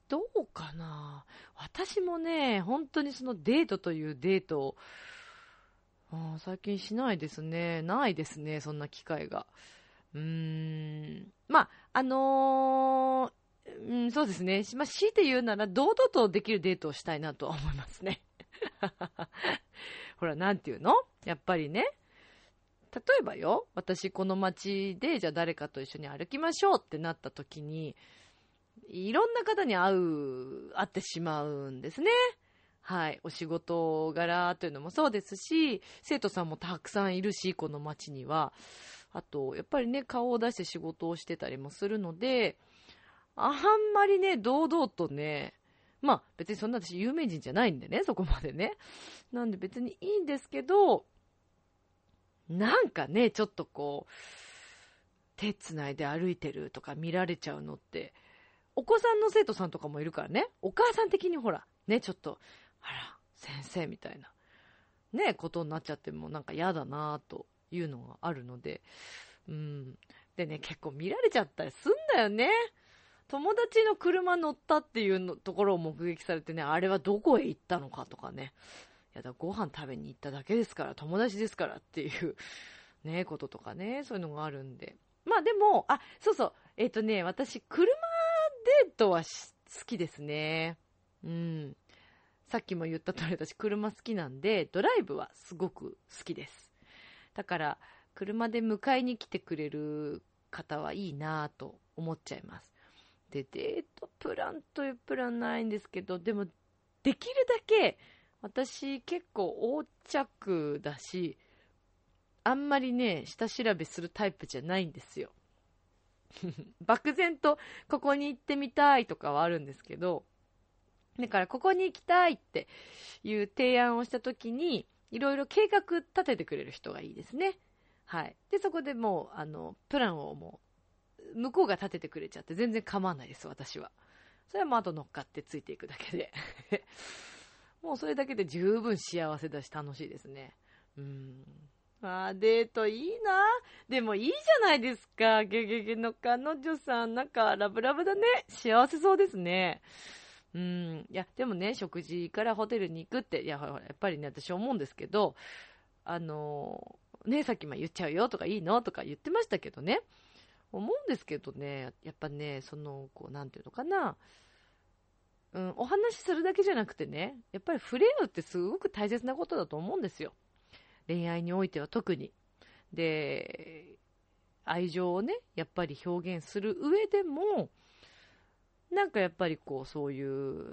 どうかな。私もね、本当にそのデートというデートを、あ最近しないですね。ないですね、そんな機会が。うーん。まあ、あのー、うん、そうですね。まあ、強いて言うなら、堂々とできるデートをしたいなとは思いますね。ほら、なんていうの？やっぱりね。例えばよ、私この街で、じゃあ誰かと一緒に歩きましょうってなった時に、いろんな方に会う、会ってしまうんですね。はい。お仕事柄というのもそうですし、生徒さんもたくさんいるし、この街には。あと、やっぱりね、顔を出して仕事をしてたりもするので、あんまりね、堂々とね、まあ別にそんな私有名人じゃないんでね、そこまでね。なんで別にいいんですけど、なんかね、ちょっとこう、手つないで歩いてるとか見られちゃうのって、お子さんの生徒さんとかもいるからね、お母さん的にほら、ね、ちょっと、あら、先生みたいな、ね、ことになっちゃってもなんか嫌だなというのがあるので、うん。でね、結構見られちゃったりすんだよね。友達の車乗ったっていうのところを目撃されてね、あれはどこへ行ったのかとかね。いやだ、ご飯食べに行っただけですから、友達ですからっていうね、こととかね、そういうのがあるんで。まあでも、あ、そうそう、えっとね、私、車デートは好きですね。うん。さっきも言った通り、私、車好きなんで、ドライブはすごく好きです。だから、車で迎えに来てくれる方はいいなぁと思っちゃいます。で、デートプランというプランないんですけど、でも、できるだけ、私結構横着だし、あんまりね、下調べするタイプじゃないんですよ。漠然とここに行ってみたいとかはあるんですけど、だからここに行きたいっていう提案をしたときに、いろいろ計画立ててくれる人がいいですね。はい。で、そこでもう、あの、プランをもう、向こうが立ててくれちゃって全然構わないです、私は。それはもうあと乗っかってついていくだけで。もうそれだけで十分幸せだし楽しいですね。うん。あー、デートいいな。でもいいじゃないですか。ゲゲゲの彼女さん、なんかラブラブだね。幸せそうですね。うん。いや、でもね、食事からホテルに行くって、いや、ほら、やっぱりね、私思うんですけど、あのー、ね、さっきも言っちゃうよとかいいのとか言ってましたけどね。思うんですけどね、やっぱね、その、こう、なんていうのかな。うん、お話しするだけじゃなくてね、やっぱり触れ合うってすごく大切なことだと思うんですよ。恋愛においては特に。で、愛情をね、やっぱり表現する上でも、なんかやっぱりこう、そういう、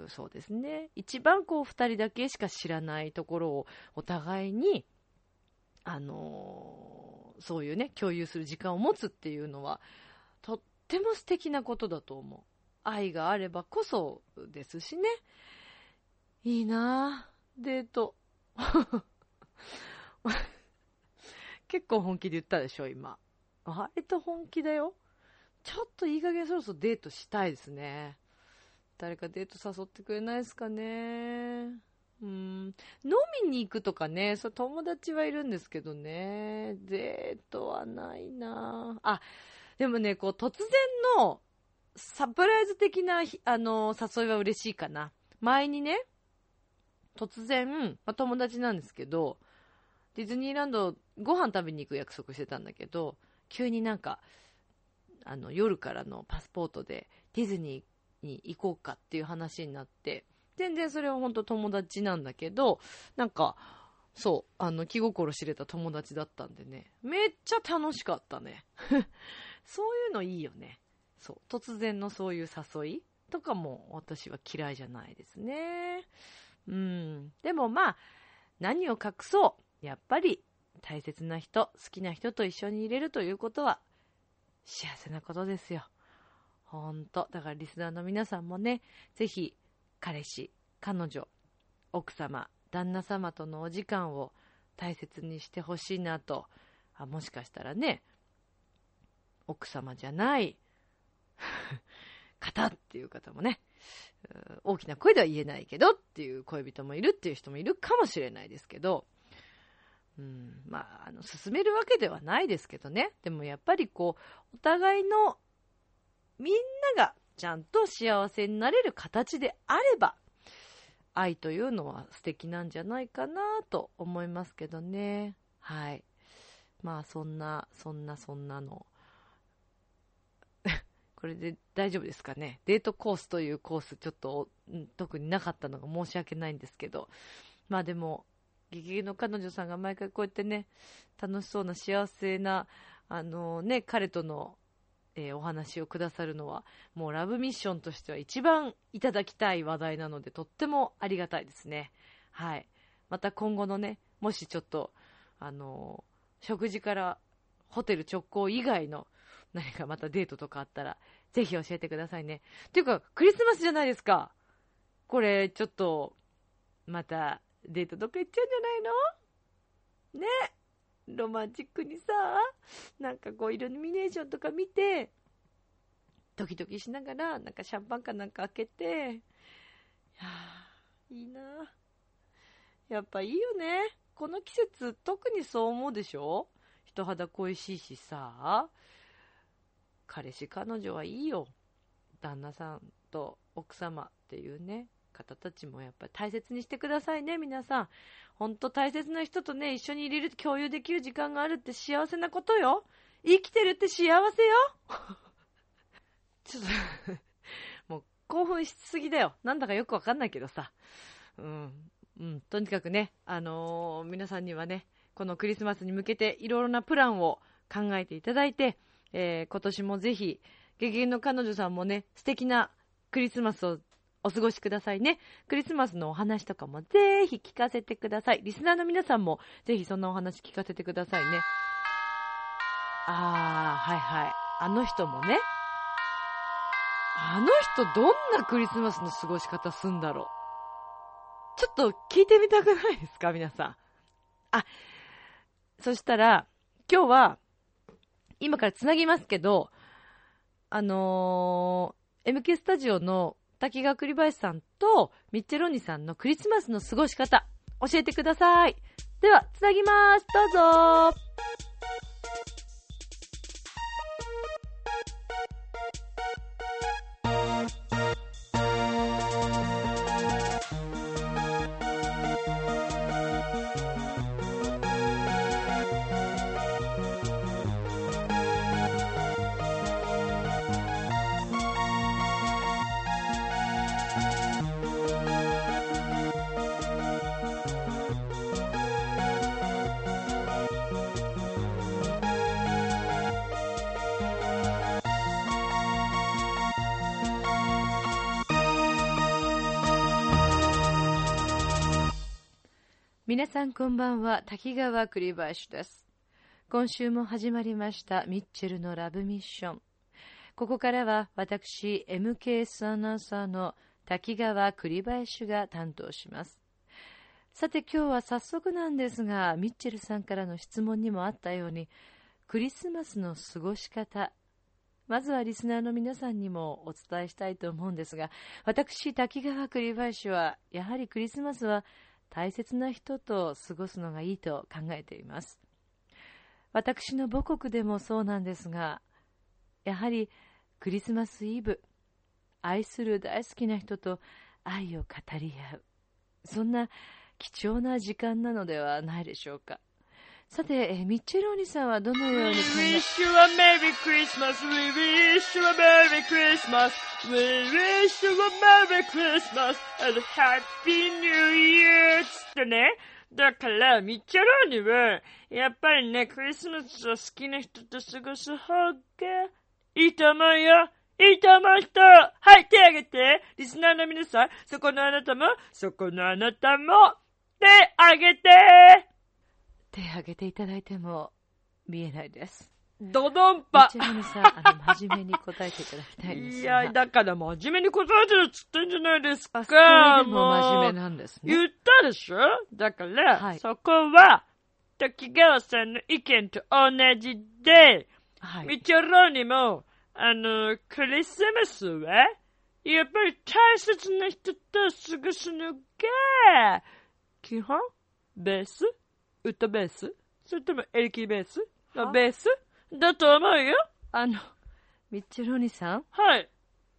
そうですね、一番こう、二人だけしか知らないところをお互いに、あのー、そういうね、共有する時間を持つっていうのは、とっても素敵なことだと思う。愛があればこそですしね。いいなぁ、デート。結構本気で言ったでしょ、今。割と本気だよ。ちょっといい加減そろそろデートしたいですね。誰かデート誘ってくれないですかね。うん。飲みに行くとかね、そう友達はいるんですけどね。デートはないなあ。でもね、こう突然のサプライズ的な、あの、誘いは嬉しいかな。前にね、突然、まあ、友達なんですけど、ディズニーランドご飯食べに行く約束してたんだけど、急になんか、あの、夜からのパスポートでディズニーに行こうかっていう話になって、全然それは本当友達なんだけど、なんか、そう、あの、気心知れた友達だったんでね、めっちゃ楽しかったね。そういうのいいよね。そう、突然のそういう誘いとかも私は嫌いじゃないですね。うん。でもまあ、何を隠そう。やっぱり大切な人、好きな人と一緒にいれるということは幸せなことですよ。ほんと。だからリスナーの皆さんもね、ぜひ彼氏、彼女、奥様、旦那様とのお時間を大切にしてほしいなと。あ、もしかしたらね、奥様じゃない方っていう方もね、大きな声では言えないけどっていう恋人もいるっていう人もいるかもしれないですけど、うん、まあ、あの、進めるわけではないですけどね。でもやっぱりこう、お互いのみんながちゃんと幸せになれる形であれば、愛というのは素敵なんじゃないかなと思いますけどね。はい。まあそんなそんなそんなのこれで大丈夫ですかね。デートコースというコースちょっと特になかったのが申し訳ないんですけど、まあでもゲゲゲの彼女さんが毎回こうやってね、楽しそうな幸せなあのね彼との、えー、お話をくださるのはもうラブミッションとしては一番いただきたい話題なので、とってもありがたいですね。はい。また今後のね、もしちょっとあの食事からホテル直行以外の何かまたデートとかあったらぜひ教えてくださいね。っていうかクリスマスじゃないですか。これちょっとまたデートどっか行っちゃうんじゃないのね。ロマンチックにさ、なんかこうイルミネーションとか見てドキドキしながらなんかシャンパンかなんか開けて、いやいいな。やっぱいいよね。この季節特にそう思うでしょ。人肌恋しいしさ、彼氏彼女はいいよ。旦那さんと奥様っていうね方たちもやっぱり大切にしてくださいね。皆さん本当大切な人とね一緒にいれる、共有できる時間があるって幸せなことよ。生きてるって幸せよちょっともう興奮しすぎだよ。なんだかよくわかんないけどさ、うんうん、とにかくね、あのー、皆さんにはねこのクリスマスに向けていろいろなプランを考えていただいて、えー、今年もぜひゲゲゲの彼女さんもね素敵なクリスマスをお過ごしくださいね。クリスマスのお話とかもぜひ聞かせてください。リスナーの皆さんもぜひそんなお話聞かせてくださいね。あーはいはい、あの人もね、あの人どんなクリスマスの過ごし方すんだろう。ちょっと聞いてみたくないですか皆さん。あ、そしたら今日は今からつなぎますけど、あのー、エムケー スタジオの滝川栗林さんとミッチェロニさんのクリスマスの過ごし方教えてください。ではつなぎます。どうぞ。皆さんこんばんは、滝川栗林です。今週も始まりましたミッチェルのラブミッション。ここからは私 エムケーエス アナウンサーの滝川栗林が担当します。さて今日は早速なんですが、ミッチェルさんからの質問にもあったようにクリスマスの過ごし方、まずはリスナーの皆さんにもお伝えしたいと思うんですが、私滝川栗林はやはりクリスマスは大切な人と過ごすのがいいと考えています。私の母国でもそうなんですが、やはりクリスマスイブ、愛する大好きな人と愛を語り合う、そんな貴重な時間なのではないでしょうか。さて、えミッチェローニさんはどのように考え We wish you a Merry Christmas, We wish you a Merry Christmas, We wish you a Merry Christmas and Happy New Year つってね。だからミッチェローニはやっぱりね、クリスマスを好きな人と過ごす方がいいと思うよ。いいと思う人、はい、手あげて。リスナーの皆さん、そこのあなたも、そこのあなたも手あげて。 手を挙げていただいても見えないです。 ドドンパ。 ミッチェローニさん、あの真面目に答えていただきたいんですが。 いや、だから真面目に答えてるっつってんじゃないですか。 あ、それでも真面目なんですね。 言ったでしょ。だから、 はい、 そこは滝川さんの意見と同じで、はい、ミッチェローニもあのクリスマスはやっぱり大切な人と過ごすのが基本ベース、ウッドベース、それともエレキベースのベースだと思うよ。 あのミッチェローニさん、 はい。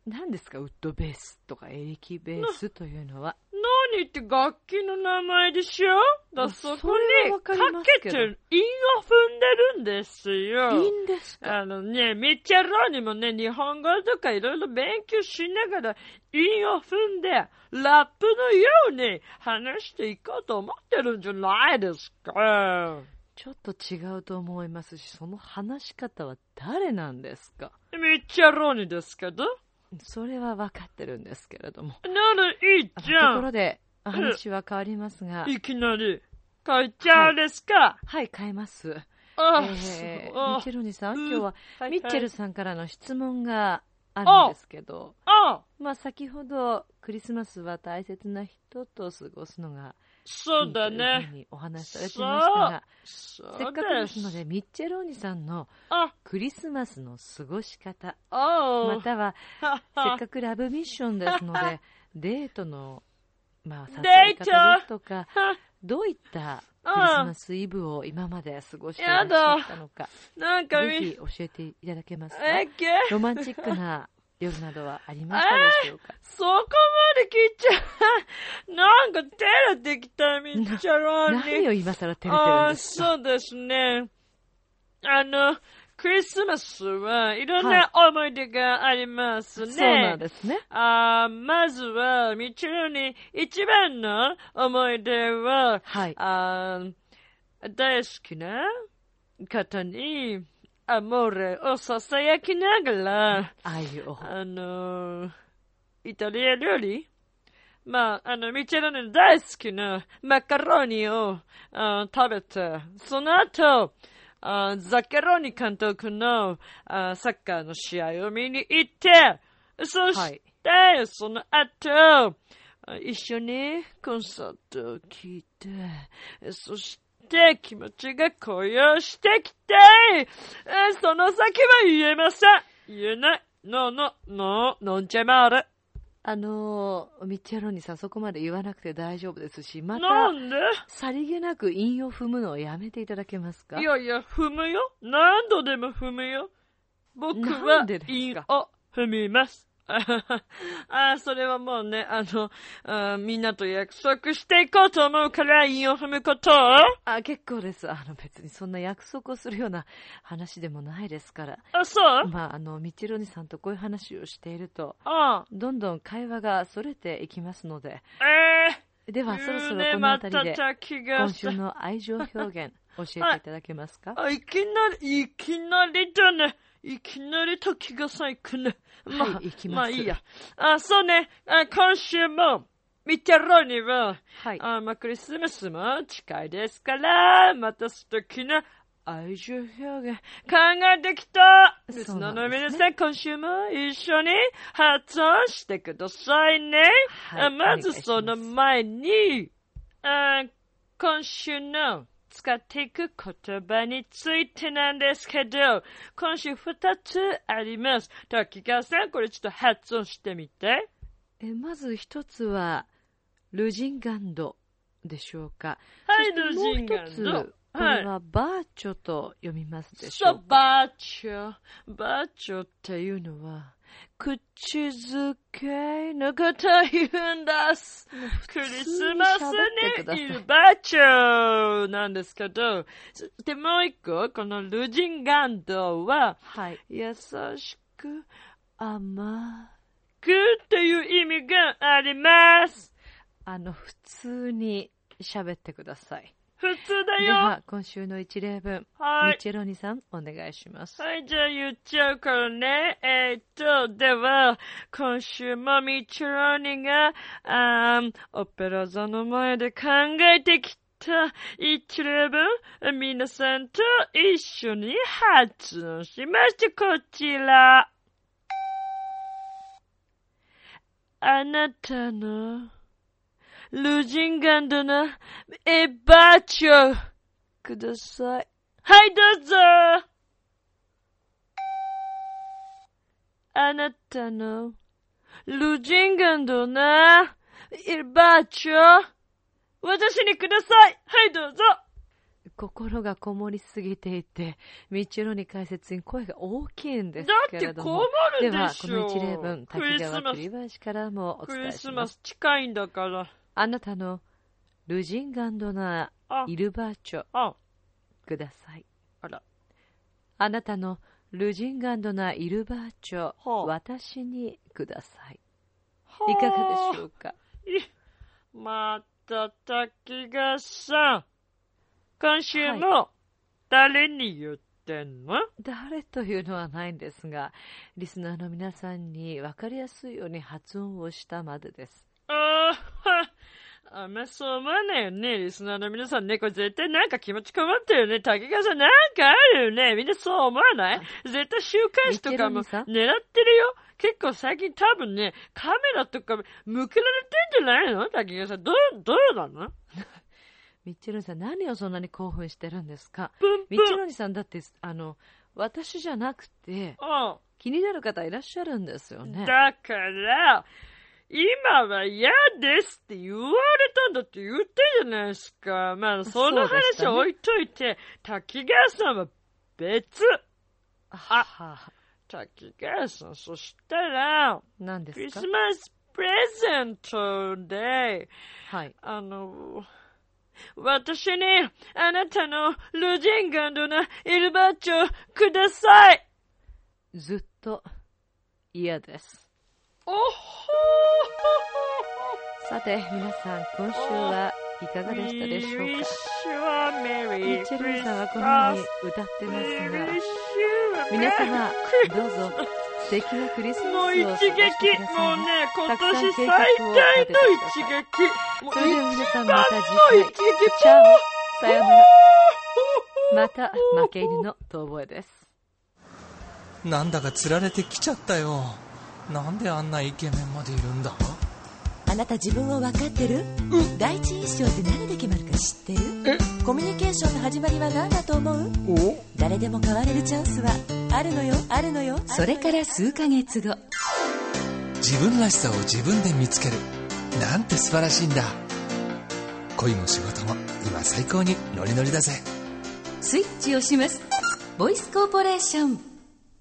何ですか、ウッドベースとかエレキベースというのは。 何って楽器の名前でしょ。だそこにかけて韻を踏んでるんですよ。 いいんですか。 あのね、ミッチェロにもね、日本語とかいろいろ勉強しながら韻を踏んで、ラップのように話していこうと思ってるんじゃないですか。 ちょっと違うと思いますし、その話し方は誰なんですか。 ミッチェロニですけど。 それは分かってるんですけれども。 ならいいじゃん。 ところで、話は変わりますが。 いきなり、変えちゃうですか。 はい、変えます。 あえー、ミッチェロニさん、今日は、 はい、 ミッチェルさんからの質問があるんですけど、 あまあ先ほど、クリスマスは大切な人と過ごすのが、 そうだね。 というふうにお話しされてましたが、 そうせっかくですので、ミッチェローニさんのクリスマスの過ごし方、または、せっかくラブミッションですので、デートの、まあ、誘い方ですとか、どういったクリスマスイブを今まで過ごしていらっしゃったのか、 なんかぜひ教えていただけますか。 えロマンチックな夜などはありましたでしょうか。 そこまで聞いちゃう。なんか照れてきた、ミッチェローニ。 何を今更照れてるんですか。 そうですね。あの、クリスマスはいろんな思い出がありますね。はい、 そうなんですね。 あまずは、ミッチェローニ一番の思い出は、 はい、 あ大好きな方に、アモーレを囁きながら、 愛を。 あの、イタリア料理まあ、あの、ミチェロの大好きなマカロニをあ食べて、その後、あザッケロニ監督のあサッカーの試合を見に行って、そして、はい、その後、一緒にコンサートを聞いて、そして、で気持ちが高揚してきて、その先は言えません。言えない。No, no, no, non c'è mare。 あのー、ミッチェロニさん、そこまで言わなくて大丈夫ですし、また、 なんでさりげなく韻を踏むのをやめていただけますか。 いやいや、踏むよ。何度でも踏むよ。僕は韻を踏みます。ああ、それはもうね、あのあ、みんなと約束していこうと思うから、韻を踏むことを。 あ、結構です。あの、別にそんな約束をするような話でもないですから。 あ、そうまあ、あの、ミチロニさんとこういう話をしていると、 ああどんどん会話がそれていきますので。 ええー、 では、そろそろこのあたりで、今週の愛情表現、教えていただけますか。 あ、いきなり、いきなりだね。いきなり時がさいくね。まあ、 はい、行きます。 まあいいや。あ、そうね。あ、今週も、ミチェロニは、 はい。 あ、まあクリスマスも近いですから、また素敵な愛情表現考えてきた。リスナーの皆さん、今週も一緒に発音してくださいね。 はい、 あまずその前に、あ、今週の使っていく言葉についてなんですけど、今週二つあります。滝川さん、これちょっと発音してみて。 えまず一つは、ルジンガンドでしょうか。 はい、ルジンガンド。 これはバーチョと読みますでしょうか。 そう、バーチョ。バーチョっていうのは、口づけのことを言うんです。クリスマスにいるバーチョなんですけど、でもう一個、このルジンガンドは、 はい、 優しく甘くっていう意味があります。 あの、普通に喋ってください。 普通だよ。 では、今週の一例文。 はい。 ミチェロニさん、お願いします。 はい、じゃあ言っちゃうからね。えー、っと、では、今週もミチェロニが、あー、オペラ座の前で考えてきた一例文、皆さんと一緒に発音しました。こちら。あなたの、ルジンガンドのエバーチョください。はい、どうぞ。あなたのルジンガンドのエバーチョ私にください。はい、どうぞ。 心がこもりすぎていて、みちろに解説に声が大きいんですけれども。 だってこもるでしょ。 では、この一例文、滝川栗林からもお伝えします。クリスマス近いんだから。 あなたのルジンガンドなイルバーチョ、ください。 あら。 あなたのルジンガンドなイルバーチョ、私にください。いかがでしょうか。 また滝川さん、今週も誰に言ってんの？ 誰というのはないんですが、リスナーの皆さんに分かりやすいように発音をしたまでです。 ああ、あ、まあそう思わないよね、リスナーの皆さんね。これ絶対なんか気持ちこもってるよね。滝川さんなんかあるよね。みんなそう思わない？絶対週刊誌とかも狙ってるよ。結構最近多分ね、カメラとか向けられてんじゃないの？滝川さん、どう、どうなの？ ミッチェロニさん、何をそんなに興奮してるんですか？ プンプン。 ミッチェロニさんだって、あの、私じゃなくて、 うん、 気になる方いらっしゃるんですよね。 だから、今は嫌ですって言われたんだって言ってるじゃないですか。まあ、その話を置いといて、ね、滝川さんは別。あ、滝川さん、そしたら、 何ですか？ クリスマスプレゼントで、 はい。 あの、私に、あなたのルジンガンドなイルバーチョください。 ずっと嫌です。 おほさて、皆さん、今週はいかがでしたでしょうか？ミッチェルさんはこのように歌ってますが、皆様、どうぞ素敵なクリスマスをお過ごしください。 もう一撃、もうね、今年最大の一撃。 それでは皆さん、また次回。チャオ、さよなら。また、負け犬の遠吠えです。 なんだか釣られてきちゃったよ。なんであんなイケメンまでいるんだ？ あなた自分を分かってる？第一印象って何で決まるか知ってる？え？コミュニケーションの始まりは何だと思う？ お？ 誰でも変われるチャンスはあるのよ、あるのよ。それから数ヶ月後、 自分らしさを自分で見つけるなんて素晴らしいんだ。恋も仕事も今最高にノリノリだぜ。 スイッチをします。ボイスコーポレーション。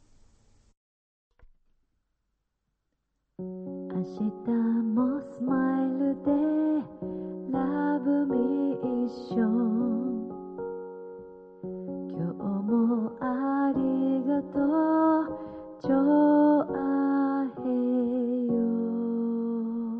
明日もスマイルでラブミッション。今日もありがとうジョアヘヨ。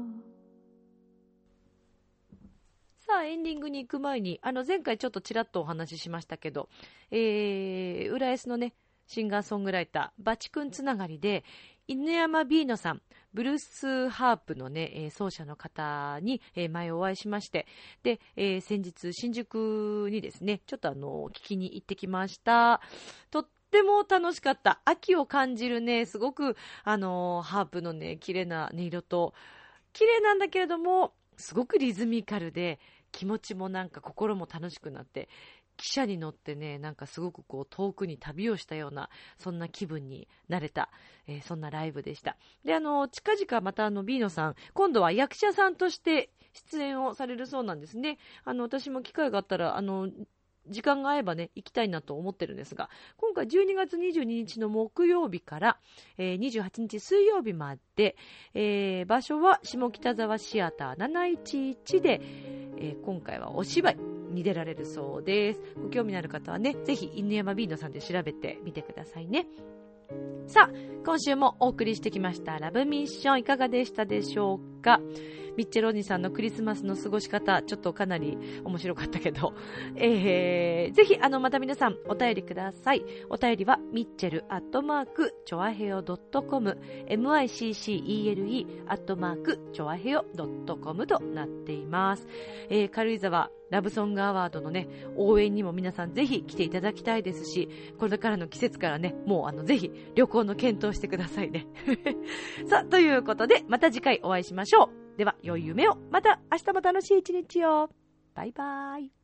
さあエンディングに行く前に、あの前回ちょっとちらっとお話ししましたけど、えー、浦安のねシンガーソングライターバチ君つながりで犬山ビーノさん、ブルースハープのね、えー、奏者の方に、えー、前お会いしまして、で、えー、先日新宿にですね、ちょっとあの、聞きに行ってきました。とっても楽しかった。秋を感じるね、すごく、あの、ハープのね、綺麗な音色と、綺麗なんだけれども、すごくリズミカルで、気持ちもなんか心も楽しくなって、汽車に乗ってね、なんかすごくこう遠くに旅をしたようなそんな気分になれた、えー、そんなライブでした。で、あの近々またあのビーノさん、今度は役者さんとして出演をされるそうなんですね。あの私も機会があったらあの時間が合えばね行きたいなと思ってるんですが、今回じゅうにがつにじゅうににちの木曜日から、えー、にじゅうはちにち水曜日まで、えー、場所は下北沢シアターなないちいちで、えー、今回はお芝居に出られるそうです。ご興味のある方はね、ぜひ犬山ビーノさんで調べてみてくださいね。さあ、今週もお送りしてきましたラブミッション、いかがでしたでしょうか。ミッチェロニさんのクリスマスの過ごし方、ちょっとかなり面白かったけど、えー、ぜひあのまた皆さんお便りください。お便りはミッチェルアットマークチョアヘヨドットコム ミッチェル アットマークチョアヘヨドットコムとなっています。えー、軽井沢ラブソングアワードのね応援にも皆さんぜひ来ていただきたいですし、これからの季節からねもうあのぜひ旅行の検討してくださいね。さあということでまた次回お会いしましょう。では良い夢を。また明日も楽しい一日を。バイバイ。